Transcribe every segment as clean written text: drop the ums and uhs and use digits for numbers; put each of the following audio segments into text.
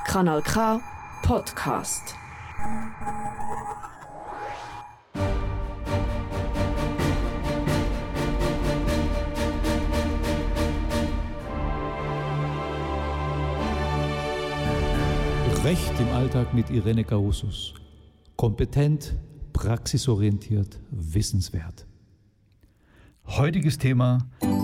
Kanal K Podcast. Recht im Alltag mit Irene Carusos. Kompetent, praxisorientiert, wissenswert. Heutiges Thema: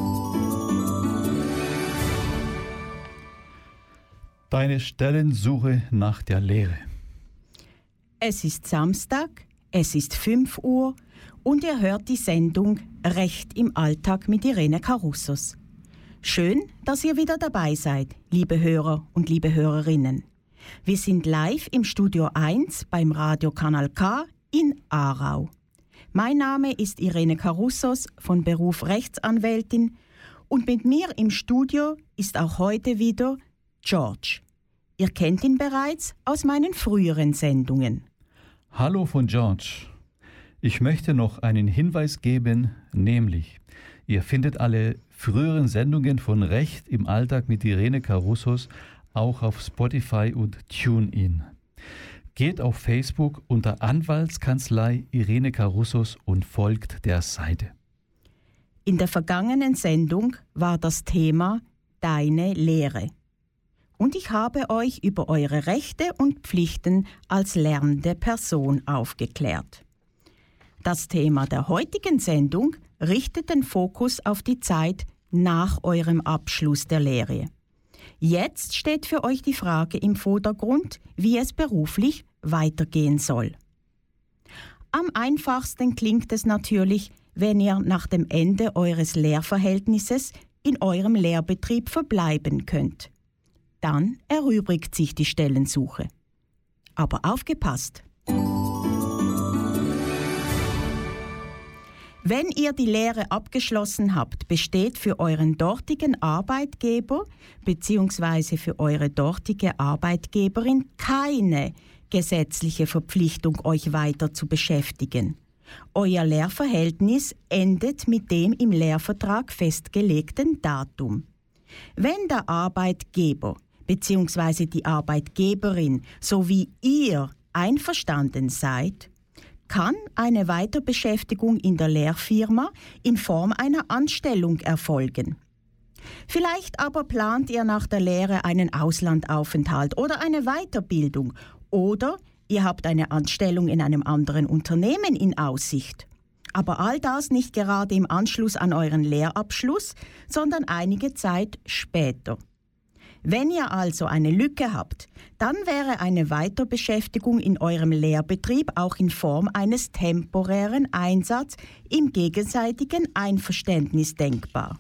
deine Stellensuche nach der Lehre. Es ist Samstag, es ist 5 Uhr und ihr hört die Sendung Recht im Alltag mit Irene Carusos. Schön, dass ihr wieder dabei seid, liebe Hörer und liebe Hörerinnen. Wir sind live im Studio 1 beim Radio Kanal K in Aarau. Mein Name ist Irene Carusos, von Beruf Rechtsanwältin, und mit mir im Studio ist auch heute wieder George. Ihr kennt ihn bereits aus meinen früheren Sendungen. Hallo von George. Ich möchte noch einen Hinweis geben, nämlich: ihr findet alle früheren Sendungen von Recht im Alltag mit Irene Carusos auch auf Spotify und TuneIn. Geht auf Facebook unter Anwaltskanzlei Irene Carusos und folgt der Seite. In der vergangenen Sendung war das Thema Deine Lehre. Und ich habe euch über eure Rechte und Pflichten als lernende Person aufgeklärt. Das Thema der heutigen Sendung richtet den Fokus auf die Zeit nach eurem Abschluss der Lehre. Jetzt steht für euch die Frage im Vordergrund, wie es beruflich weitergehen soll. Am einfachsten klingt es natürlich, wenn ihr nach dem Ende eures Lehrverhältnisses in eurem Lehrbetrieb verbleiben könnt. Dann erübrigt sich die Stellensuche. Aber aufgepasst! Wenn ihr die Lehre abgeschlossen habt, besteht für euren dortigen Arbeitgeber bzw. für eure dortige Arbeitgeberin keine gesetzliche Verpflichtung, euch weiter zu beschäftigen. Euer Lehrverhältnis endet mit dem im Lehrvertrag festgelegten Datum. Wenn der Arbeitgeber bzw. die Arbeitgeberin sowie ihr einverstanden seid, kann eine Weiterbeschäftigung in der Lehrfirma in Form einer Anstellung erfolgen. Vielleicht aber plant ihr nach der Lehre einen Auslandaufenthalt oder eine Weiterbildung, oder ihr habt eine Anstellung in einem anderen Unternehmen in Aussicht. Aber all das nicht gerade im Anschluss an euren Lehrabschluss, sondern einige Zeit später. Wenn ihr also eine Lücke habt, dann wäre eine Weiterbeschäftigung in eurem Lehrbetrieb auch in Form eines temporären Einsatzes im gegenseitigen Einverständnis denkbar.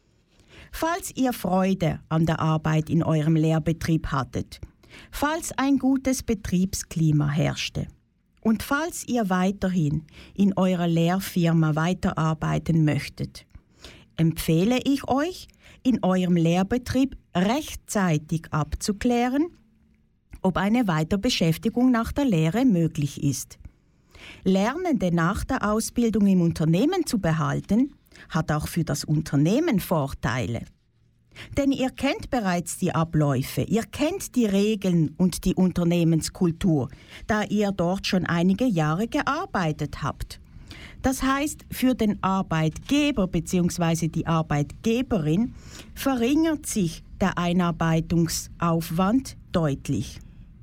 Falls ihr Freude an der Arbeit in eurem Lehrbetrieb hattet, falls ein gutes Betriebsklima herrschte und falls ihr weiterhin in eurer Lehrfirma weiterarbeiten möchtet, empfehle ich euch, in eurem Lehrbetrieb rechtzeitig abzuklären, ob eine Weiterbeschäftigung nach der Lehre möglich ist. Lernende nach der Ausbildung im Unternehmen zu behalten, hat auch für das Unternehmen Vorteile. Denn ihr kennt bereits die Abläufe, ihr kennt die Regeln und die Unternehmenskultur, da ihr dort schon einige Jahre gearbeitet habt. Das heißt, für den Arbeitgeber bzw. die Arbeitgeberin verringert sich der Einarbeitungsaufwand deutlich.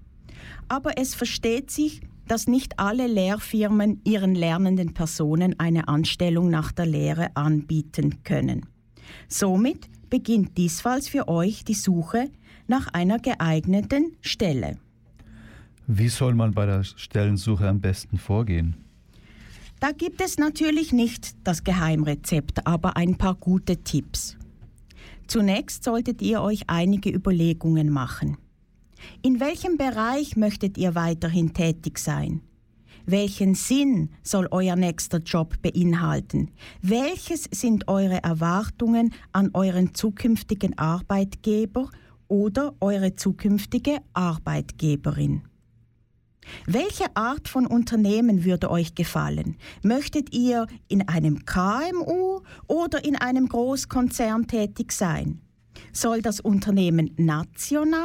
Aber es versteht sich, dass nicht alle Lehrfirmen ihren lernenden Personen eine Anstellung nach der Lehre anbieten können. Somit beginnt diesfalls für euch die Suche nach einer geeigneten Stelle. Wie soll man bei der Stellensuche am besten vorgehen? Da gibt es natürlich nicht das Geheimrezept, aber ein paar gute Tipps. Zunächst solltet ihr euch einige Überlegungen machen. In welchem Bereich möchtet ihr weiterhin tätig sein? Welchen Sinn soll euer nächster Job beinhalten? Welches sind eure Erwartungen an euren zukünftigen Arbeitgeber oder eure zukünftige Arbeitgeberin? Welche Art von Unternehmen würde euch gefallen? Möchtet ihr in einem KMU oder in einem Großkonzern tätig sein? Soll das Unternehmen national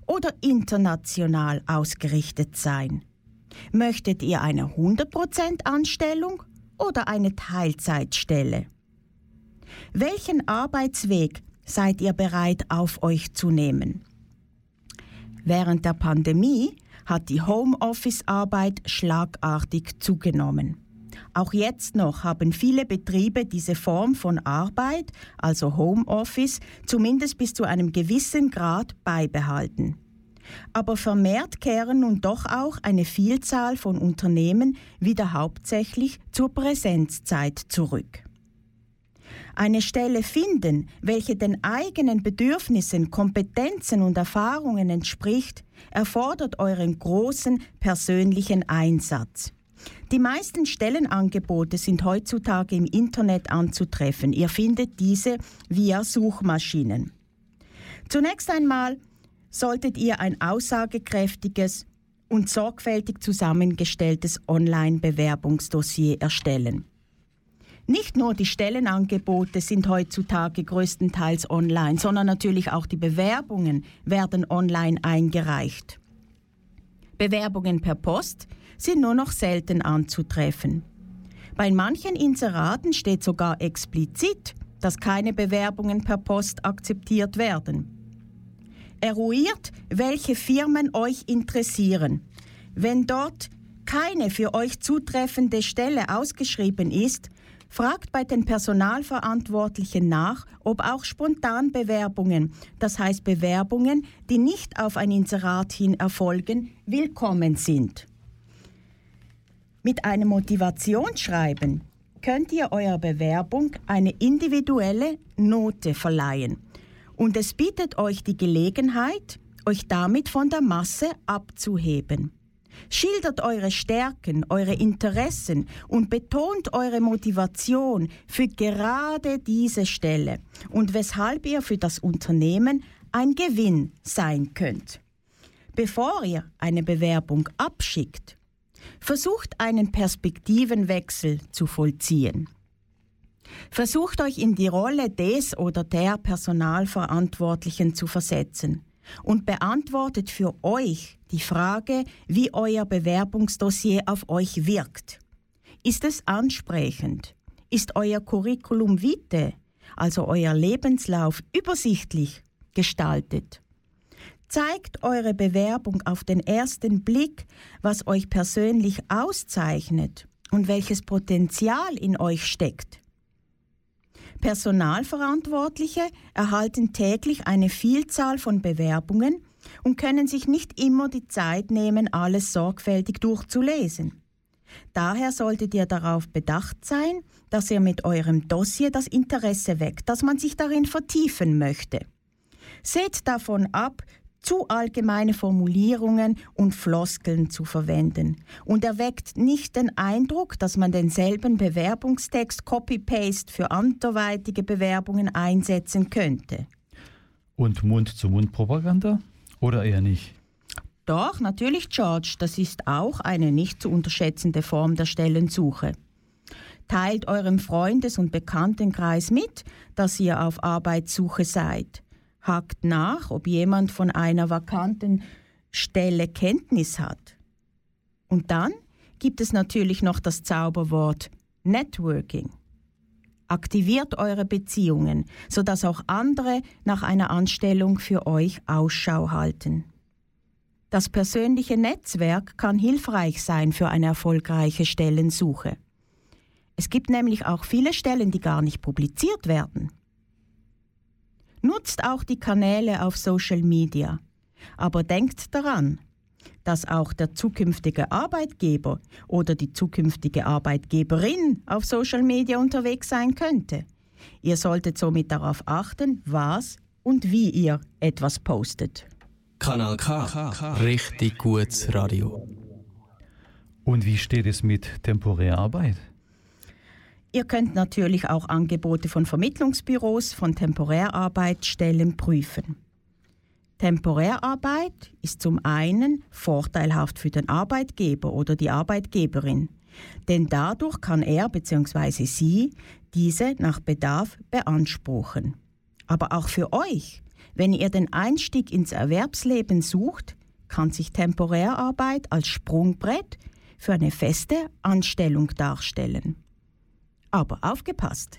oder international ausgerichtet sein? Möchtet ihr eine 100% Anstellung oder eine Teilzeitstelle? Welchen Arbeitsweg seid ihr bereit, auf euch zu nehmen? Während der Pandemie hat die Homeoffice-Arbeit schlagartig zugenommen. Auch jetzt noch haben viele Betriebe diese Form von Arbeit, also Homeoffice, zumindest bis zu einem gewissen Grad beibehalten. Aber vermehrt kehren nun doch auch eine Vielzahl von Unternehmen wieder hauptsächlich zur Präsenzzeit zurück. Eine Stelle finden, welche den eigenen Bedürfnissen, Kompetenzen und Erfahrungen entspricht, erfordert euren großen persönlichen Einsatz. Die meisten Stellenangebote sind heutzutage im Internet anzutreffen. Ihr findet diese via Suchmaschinen. Zunächst einmal solltet ihr ein aussagekräftiges und sorgfältig zusammengestelltes Online-Bewerbungsdossier erstellen. Nicht nur die Stellenangebote sind heutzutage größtenteils online, sondern natürlich auch die Bewerbungen werden online eingereicht. Bewerbungen per Post sind nur noch selten anzutreffen. Bei manchen Inseraten steht sogar explizit, dass keine Bewerbungen per Post akzeptiert werden. Eruiert, welche Firmen euch interessieren. Wenn dort keine für euch zutreffende Stelle ausgeschrieben ist, fragt bei den Personalverantwortlichen nach, ob auch Spontanbewerbungen, das heißt Bewerbungen, die nicht auf ein Inserat hin erfolgen, willkommen sind. Mit einem Motivationsschreiben könnt ihr eurer Bewerbung eine individuelle Note verleihen. Und es bietet euch die Gelegenheit, euch damit von der Masse abzuheben. Schildert eure Stärken, eure Interessen und betont eure Motivation für gerade diese Stelle und weshalb ihr für das Unternehmen ein Gewinn sein könnt. Bevor ihr eine Bewerbung abschickt, versucht einen Perspektivenwechsel zu vollziehen. Versucht euch in die Rolle des oder der Personalverantwortlichen zu versetzen und beantwortet für euch die Frage, wie euer Bewerbungsdossier auf euch wirkt. Ist es ansprechend? Ist euer Curriculum vitae, also euer Lebenslauf, übersichtlich gestaltet? Zeigt eure Bewerbung auf den ersten Blick, was euch persönlich auszeichnet und welches Potenzial in euch steckt? Personalverantwortliche erhalten täglich eine Vielzahl von Bewerbungen und können sich nicht immer die Zeit nehmen, alles sorgfältig durchzulesen. Daher solltet ihr darauf bedacht sein, dass ihr mit eurem Dossier das Interesse weckt, dass man sich darin vertiefen möchte. Seht davon ab, zu allgemeine Formulierungen und Floskeln zu verwenden und erweckt nicht den Eindruck, dass man denselben Bewerbungstext Copy-Paste für anderweitige Bewerbungen einsetzen könnte. Und Mund-zu-Mund-Propaganda oder eher nicht? Doch, natürlich, George, das ist auch eine nicht zu unterschätzende Form der Stellensuche. Teilt eurem Freundes- und Bekanntenkreis mit, dass ihr auf Arbeitssuche seid. Hakt nach, ob jemand von einer vakanten Stelle Kenntnis hat. Und dann gibt es natürlich noch das Zauberwort Networking. Aktiviert eure Beziehungen, sodass auch andere nach einer Anstellung für euch Ausschau halten. Das persönliche Netzwerk kann hilfreich sein für eine erfolgreiche Stellensuche. Es gibt nämlich auch viele Stellen, die gar nicht publiziert werden. Nutzt auch die Kanäle auf Social Media. Aber denkt daran, dass auch der zukünftige Arbeitgeber oder die zukünftige Arbeitgeberin auf Social Media unterwegs sein könnte. Ihr solltet somit darauf achten, was und wie ihr etwas postet. Kanal K. Richtig gutes Radio. Und wie steht es mit Temporärarbeit? Ihr könnt natürlich auch Angebote von Vermittlungsbüros von Temporärarbeitsstellen prüfen. Temporärarbeit ist zum einen vorteilhaft für den Arbeitgeber oder die Arbeitgeberin, denn dadurch kann er bzw. sie diese nach Bedarf beanspruchen. Aber auch für euch, Wenn ihr den Einstieg ins Erwerbsleben sucht, kann sich Temporärarbeit als Sprungbrett für eine feste Anstellung darstellen. Aber aufgepasst!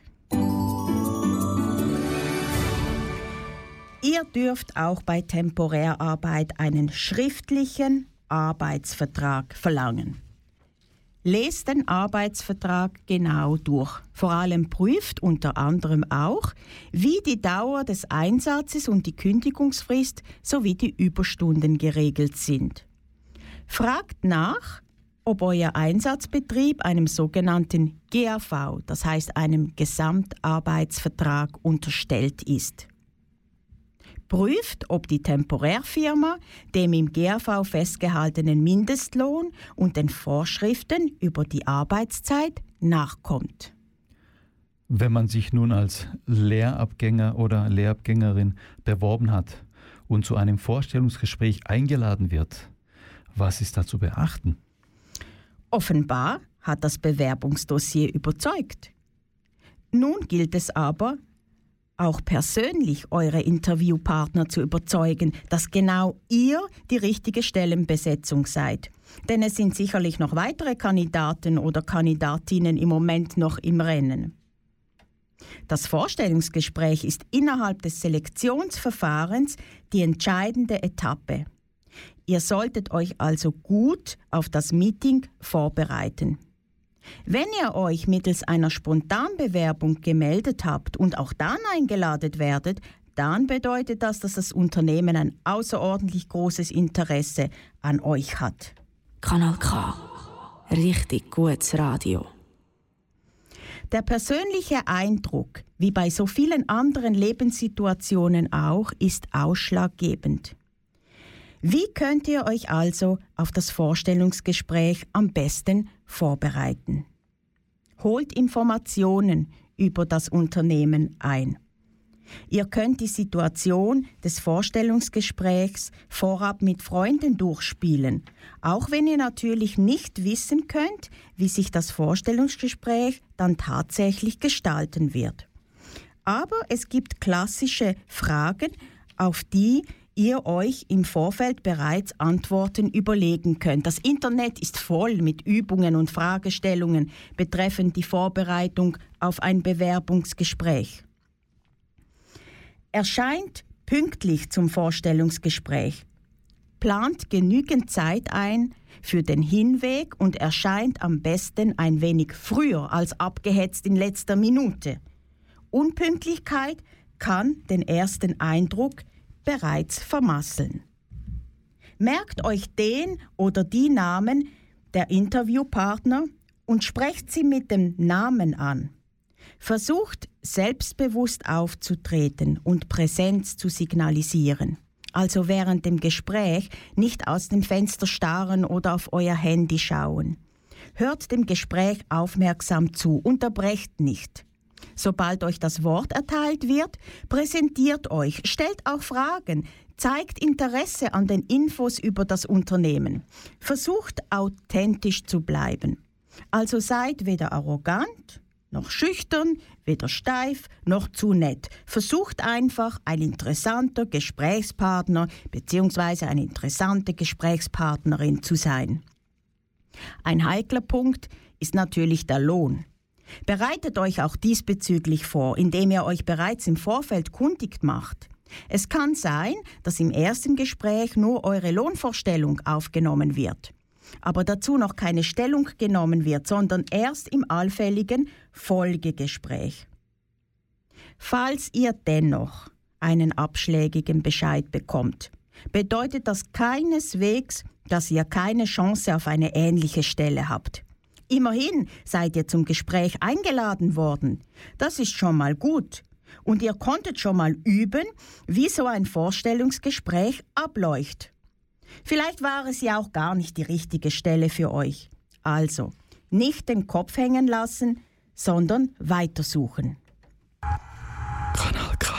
Ihr dürft auch bei Temporärarbeit einen schriftlichen Arbeitsvertrag verlangen. Lest den Arbeitsvertrag genau durch. Vor allem prüft unter anderem auch, wie die Dauer des Einsatzes und die Kündigungsfrist sowie die Überstunden geregelt sind. Fragt nach, ob euer Einsatzbetrieb einem sogenannten GAV, das heißt einem Gesamtarbeitsvertrag, unterstellt ist. Prüft, ob die Temporärfirma dem im GAV festgehaltenen Mindestlohn und den Vorschriften über die Arbeitszeit nachkommt. Wenn man sich nun als Lehrabgänger oder Lehrabgängerin beworben hat und zu einem Vorstellungsgespräch eingeladen wird, was ist da zu beachten? Offenbar hat das Bewerbungsdossier überzeugt. Nun gilt es aber, auch persönlich eure Interviewpartner zu überzeugen, dass genau ihr die richtige Stellenbesetzung seid. Denn es sind sicherlich noch weitere Kandidaten oder Kandidatinnen im Moment noch im Rennen. Das Vorstellungsgespräch ist innerhalb des Selektionsverfahrens die entscheidende Etappe. Ihr solltet euch also gut auf das Meeting vorbereiten. Wenn ihr euch mittels einer Spontanbewerbung gemeldet habt und auch dann eingeladen werdet, dann bedeutet das, dass das Unternehmen ein außerordentlich großes Interesse an euch hat. Kanal K. Richtig gutes Radio. Der persönliche Eindruck, wie bei so vielen anderen Lebenssituationen auch, ist ausschlaggebend. Wie könnt ihr euch also auf das Vorstellungsgespräch am besten vorbereiten? Holt Informationen über das Unternehmen ein. Ihr könnt die Situation des Vorstellungsgesprächs vorab mit Freunden durchspielen, auch wenn ihr natürlich nicht wissen könnt, wie sich das Vorstellungsgespräch dann tatsächlich gestalten wird. Aber es gibt klassische Fragen, auf die ihr euch im Vorfeld bereits Antworten überlegen könnt. Das Internet ist voll mit Übungen und Fragestellungen betreffend die Vorbereitung auf ein Bewerbungsgespräch. Erscheint pünktlich zum Vorstellungsgespräch. Plant genügend Zeit ein für den Hinweg und erscheint am besten ein wenig früher als abgehetzt in letzter Minute. Unpünktlichkeit kann den ersten Eindruck bereits vermasseln. Merkt euch den oder die Namen der Interviewpartner und sprecht sie mit dem Namen an. Versucht selbstbewusst aufzutreten und Präsenz zu signalisieren. Also während dem Gespräch nicht aus dem Fenster starren oder auf euer Handy schauen. Hört dem Gespräch aufmerksam zu, unterbrecht nicht. Sobald euch das Wort erteilt wird, präsentiert euch, stellt auch Fragen, zeigt Interesse an den Infos über das Unternehmen. Versucht authentisch zu bleiben. Also seid weder arrogant, noch schüchtern, weder steif, noch zu nett. Versucht einfach, ein interessanter Gesprächspartner bzw. eine interessante Gesprächspartnerin zu sein. Ein heikler Punkt ist natürlich der Lohn. Bereitet euch auch diesbezüglich vor, indem ihr euch bereits im Vorfeld kundig macht. Es kann sein, dass im ersten Gespräch nur eure Lohnvorstellung aufgenommen wird, aber dazu noch keine Stellung genommen wird, sondern erst im allfälligen Folgegespräch. Falls ihr dennoch einen abschlägigen Bescheid bekommt, bedeutet das keineswegs, dass ihr keine Chance auf eine ähnliche Stelle habt. Immerhin seid ihr zum Gespräch eingeladen worden. Das ist schon mal gut. Und ihr konntet schon mal üben, wie so ein Vorstellungsgespräch abläuft. Vielleicht war es ja auch gar nicht die richtige Stelle für euch. Also, nicht den Kopf hängen lassen, sondern weitersuchen. Kanal K.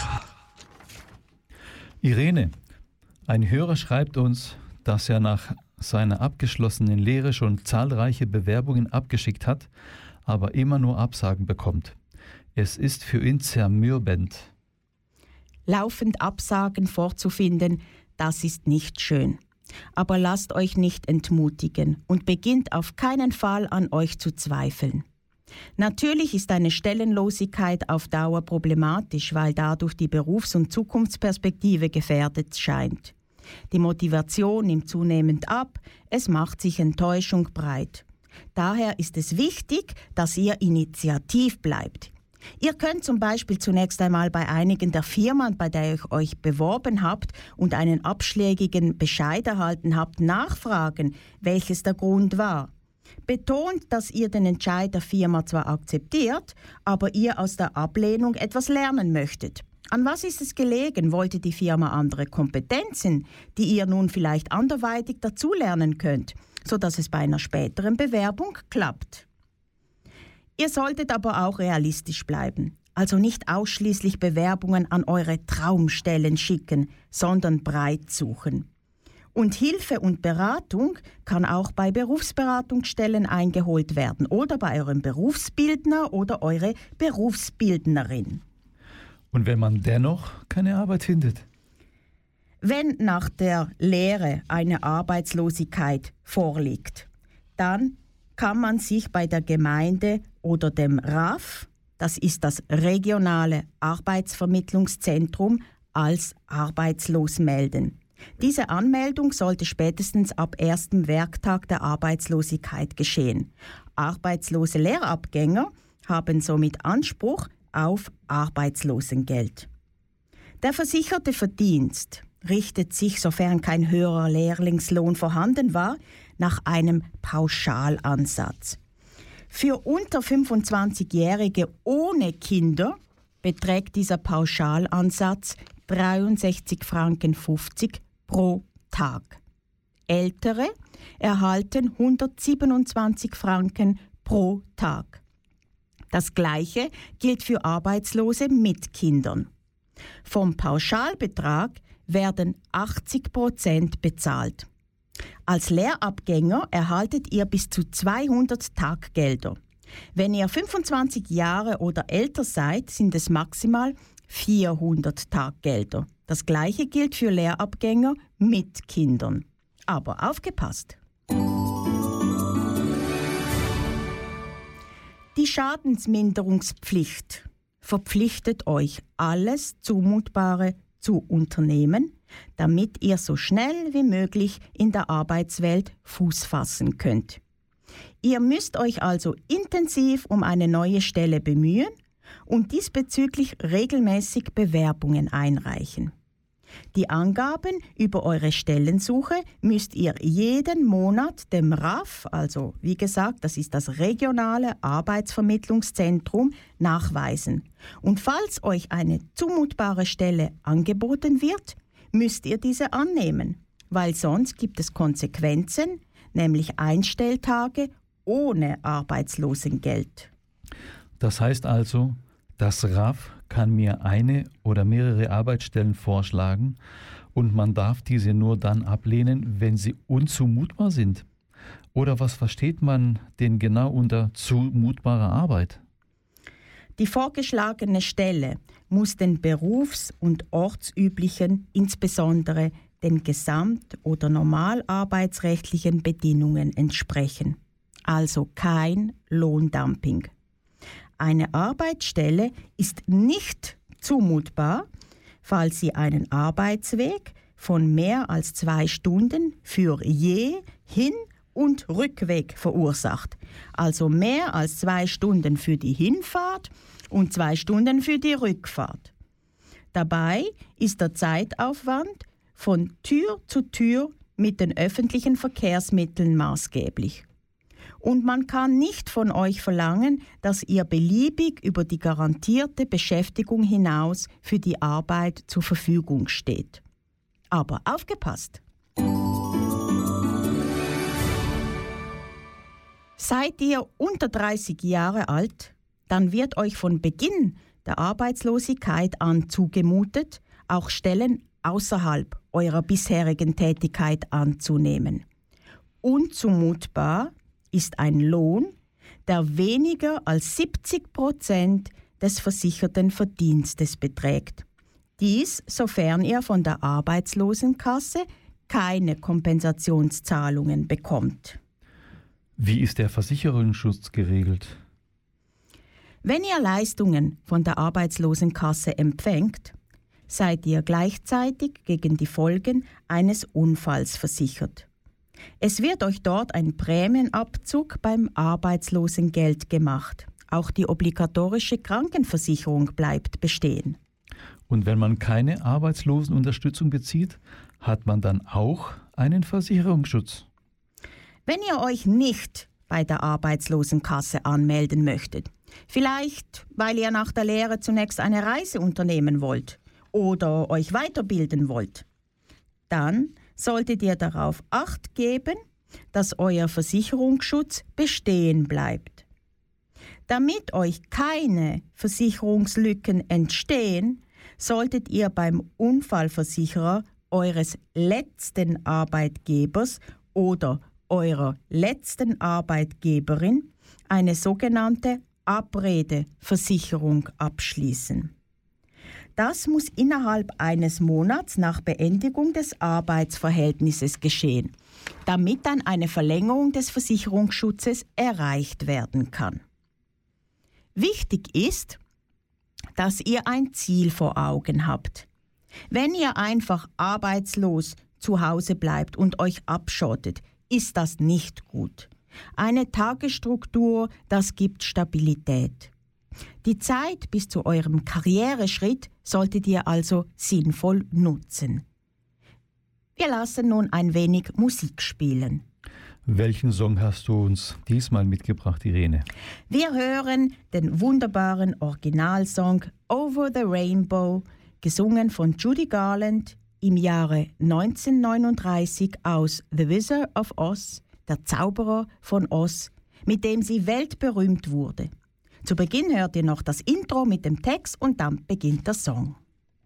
Irene, ein Hörer schreibt uns, dass er nach seiner abgeschlossenen Lehre schon zahlreiche Bewerbungen abgeschickt hat, aber immer nur Absagen bekommt. Es ist für ihn zermürbend. Laufend Absagen vorzufinden, das ist nicht schön. Aber lasst euch nicht entmutigen und beginnt auf keinen Fall an euch zu zweifeln. Natürlich ist eine Stellenlosigkeit auf Dauer problematisch, weil dadurch die Berufs- und Zukunftsperspektive gefährdet scheint. Die Motivation nimmt zunehmend ab, es macht sich Enttäuschung breit. Daher ist es wichtig, dass ihr initiativ bleibt. Ihr könnt zum Beispiel zunächst einmal bei einigen der Firmen, bei der ihr euch beworben habt und einen abschlägigen Bescheid erhalten habt, nachfragen, welches der Grund war. Betont, dass ihr den Entscheid der Firma zwar akzeptiert, aber ihr aus der Ablehnung etwas lernen möchtet. An was ist es gelegen? Wollte die Firma andere Kompetenzen, die ihr nun vielleicht anderweitig dazulernen könnt, sodass es bei einer späteren Bewerbung klappt? Ihr solltet aber auch realistisch bleiben, also nicht ausschließlich Bewerbungen an eure Traumstellen schicken, sondern breit suchen. Und Hilfe und Beratung kann auch bei Berufsberatungsstellen eingeholt werden oder bei eurem Berufsbildner oder eure Berufsbildnerin. Und wenn man dennoch keine Arbeit findet? Wenn nach der Lehre eine Arbeitslosigkeit vorliegt, dann kann man sich bei der Gemeinde oder dem RAF, das ist das regionale Arbeitsvermittlungszentrum, als arbeitslos melden. Diese Anmeldung sollte spätestens ab erstem Werktag der Arbeitslosigkeit geschehen. Arbeitslose Lehrabgänger haben somit Anspruch auf Arbeitslosengeld. Der versicherte Verdienst richtet sich, sofern kein höherer Lehrlingslohn vorhanden war, nach einem Pauschalansatz. Für unter 25-Jährige ohne Kinder beträgt dieser Pauschalansatz 63,50 Franken pro Tag. Ältere erhalten 127 Franken pro Tag. Das Gleiche gilt für Arbeitslose mit Kindern. Vom Pauschalbetrag werden 80% bezahlt. Als Lehrabgänger erhaltet ihr bis zu 200 Taggelder. Wenn ihr 25 Jahre oder älter seid, sind es maximal 400 Taggelder. Das Gleiche gilt für Lehrabgänger mit Kindern. Aber aufgepasst! Die Schadensminderungspflicht verpflichtet euch, alles Zumutbare zu unternehmen, damit ihr so schnell wie möglich in der Arbeitswelt Fuß fassen könnt. Ihr müsst euch also intensiv um eine neue Stelle bemühen und diesbezüglich regelmäßig Bewerbungen einreichen. Die Angaben über eure Stellensuche müsst ihr jeden Monat dem RAF, also wie gesagt, das ist das regionale Arbeitsvermittlungszentrum, nachweisen. Und falls euch eine zumutbare Stelle angeboten wird, müsst ihr diese annehmen, weil sonst gibt es Konsequenzen, nämlich Einstelltage ohne Arbeitslosengeld. Das heißt also, das RAF kann mir eine oder mehrere Arbeitsstellen vorschlagen und man darf diese nur dann ablehnen, wenn sie unzumutbar sind. Oder was versteht man denn genau unter zumutbarer Arbeit? Die vorgeschlagene Stelle muss den berufs- und ortsüblichen, insbesondere den gesamt- oder normalarbeitsrechtlichen Bedingungen entsprechen. Also kein Lohndumping. Eine Arbeitsstelle ist nicht zumutbar, falls sie einen Arbeitsweg von mehr als 2 Stunden für je Hin- und Rückweg verursacht. Also mehr als 2 Stunden für die Hinfahrt und 2 Stunden für die Rückfahrt. Dabei ist der Zeitaufwand von Tür zu Tür mit den öffentlichen Verkehrsmitteln maßgeblich. Und man kann nicht von euch verlangen, dass ihr beliebig über die garantierte Beschäftigung hinaus für die Arbeit zur Verfügung steht. Aber aufgepasst! Seid ihr unter 30 Jahre alt, dann wird euch von Beginn der Arbeitslosigkeit an zugemutet, auch Stellen außerhalb eurer bisherigen Tätigkeit anzunehmen. Unzumutbar ist ein Lohn, der weniger als 70% des versicherten Verdienstes beträgt. Dies, sofern ihr von der Arbeitslosenkasse keine Kompensationszahlungen bekommt. Wie ist der Versicherungsschutz geregelt? Wenn ihr Leistungen von der Arbeitslosenkasse empfängt, seid ihr gleichzeitig gegen die Folgen eines Unfalls versichert. Es wird euch dort ein Prämienabzug beim Arbeitslosengeld gemacht. Auch die obligatorische Krankenversicherung bleibt bestehen. Und wenn man keine Arbeitslosenunterstützung bezieht, hat man dann auch einen Versicherungsschutz? Wenn ihr euch nicht bei der Arbeitslosenkasse anmelden möchtet, vielleicht weil ihr nach der Lehre zunächst eine Reise unternehmen wollt oder euch weiterbilden wollt, dann solltet ihr darauf Acht geben, dass euer Versicherungsschutz bestehen bleibt. Damit euch keine Versicherungslücken entstehen, solltet ihr beim Unfallversicherer eures letzten Arbeitgebers oder eurer letzten Arbeitgeberin eine sogenannte Abredeversicherung abschließen. Das muss innerhalb eines Monats nach Beendigung des Arbeitsverhältnisses geschehen, damit dann eine Verlängerung des Versicherungsschutzes erreicht werden kann. Wichtig ist, dass ihr ein Ziel vor Augen habt. Wenn ihr einfach arbeitslos zu Hause bleibt und euch abschottet, ist das nicht gut. Eine Tagesstruktur, das gibt Stabilität. Die Zeit bis zu eurem Karriereschritt solltet ihr also sinnvoll nutzen. Wir lassen nun ein wenig Musik spielen. Welchen Song hast du uns diesmal mitgebracht, Irene? Wir hören den wunderbaren Originalsong Over the Rainbow, gesungen von Judy Garland im Jahre 1939 aus The Wizard of Oz, der Zauberer von Oz, mit dem sie weltberühmt wurde. Zu Beginn hört ihr noch das Intro mit dem Text und dann beginnt der Song.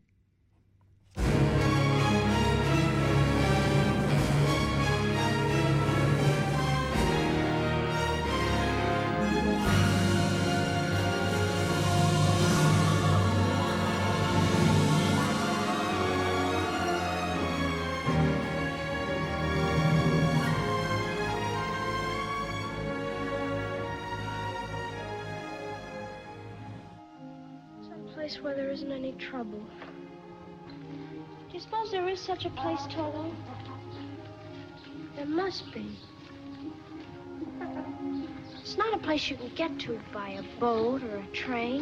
Where there isn't any trouble. Do you suppose there is such a place, Toto? There must be. It's not a place you can get to by a boat or a train.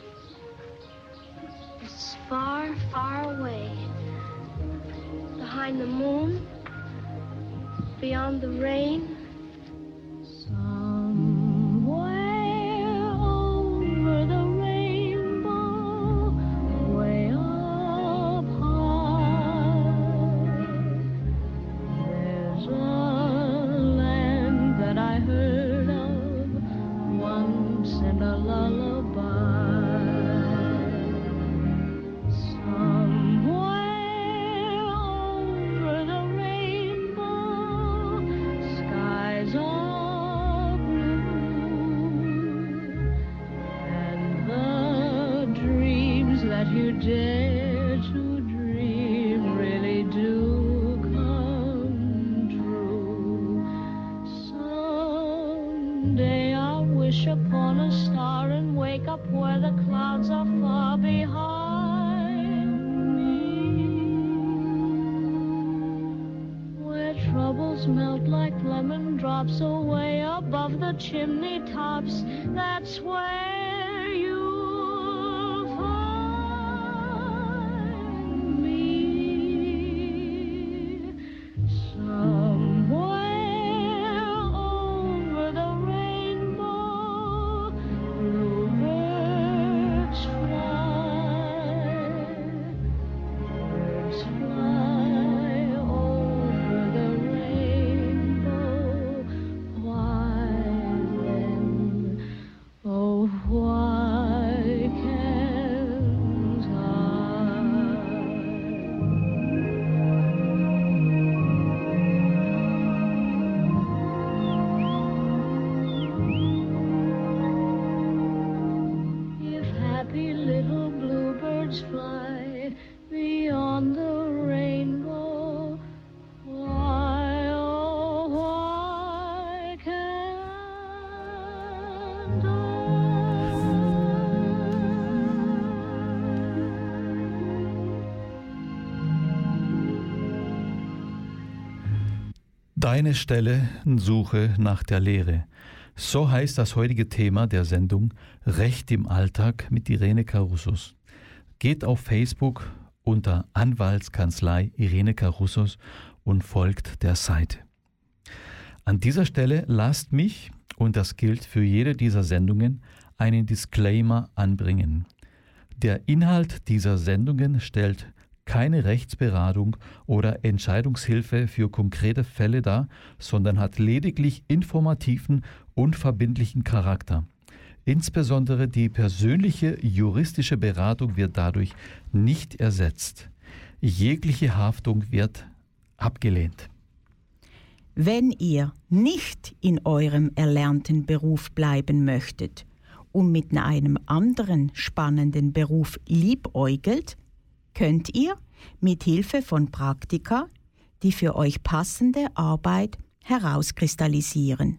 It's far, far away. Behind the moon, beyond the rain. Melt like lemon drops away above the chimney tops. That's where you'll find me. Somewhere over the rainbow, bluebirds fly. Birds fly over the rainbow. Why then, oh, Deine Stelle suche nach der Lehre. So heißt das heutige Thema der Sendung Recht im Alltag mit Irene Carussos. Geht auf Facebook unter Anwaltskanzlei Irene Carussos und folgt der Seite. An dieser Stelle lasst mich, und das gilt für jede dieser Sendungen, einen Disclaimer anbringen. Der Inhalt dieser Sendungen stellt keine Rechtsberatung oder Entscheidungshilfe für konkrete Fälle dar, sondern hat lediglich informativen und verbindlichen Charakter. Insbesondere die persönliche juristische Beratung wird dadurch nicht ersetzt. Jegliche Haftung wird abgelehnt. Wenn ihr nicht in eurem erlernten Beruf bleiben möchtet und mit einem anderen spannenden Beruf liebäugelt, könnt ihr mit Hilfe von Praktika die für euch passende Arbeit herauskristallisieren.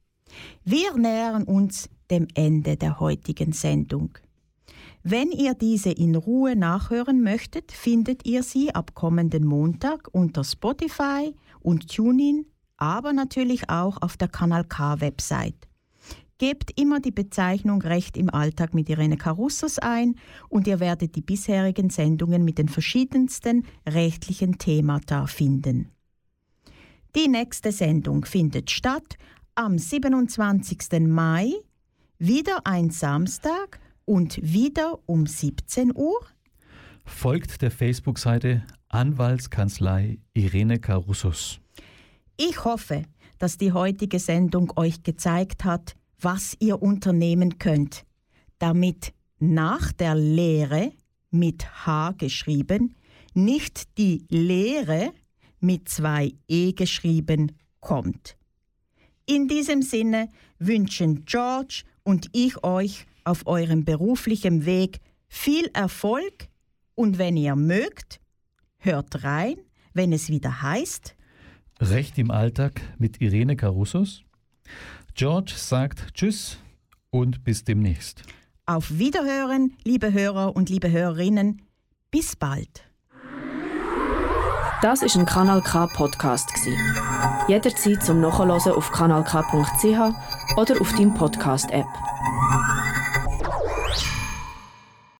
Wir nähern uns dem Ende der heutigen Sendung. Wenn ihr diese in Ruhe nachhören möchtet, findet ihr sie ab kommenden Montag unter Spotify und TuneIn, aber natürlich auch auf der Kanal K-Website. Gebt immer die Bezeichnung Recht im Alltag mit Irene Carussos ein und ihr werdet die bisherigen Sendungen mit den verschiedensten rechtlichen Themata finden. Die nächste Sendung findet statt am 27. Mai, wieder ein Samstag und wieder um 17 Uhr. Folgt der Facebook-Seite Anwaltskanzlei Irene Carussos. Ich hoffe, dass die heutige Sendung euch gezeigt hat, was ihr unternehmen könnt, damit nach der Lehre mit H geschrieben, nicht die Lehre mit 2 E geschrieben kommt. In diesem Sinne wünschen George und ich euch auf eurem beruflichen Weg viel Erfolg und wenn ihr mögt, hört rein, wenn es wieder heißt Recht im Alltag mit Irene Carussos. George sagt Tschüss und bis demnächst. Auf Wiederhören, liebe Hörer und liebe Hörerinnen. Bis bald. Das war ein Kanal K Podcast. Jederzeit zum Nachhören auf kanalk.ch oder auf deinem Podcast-App.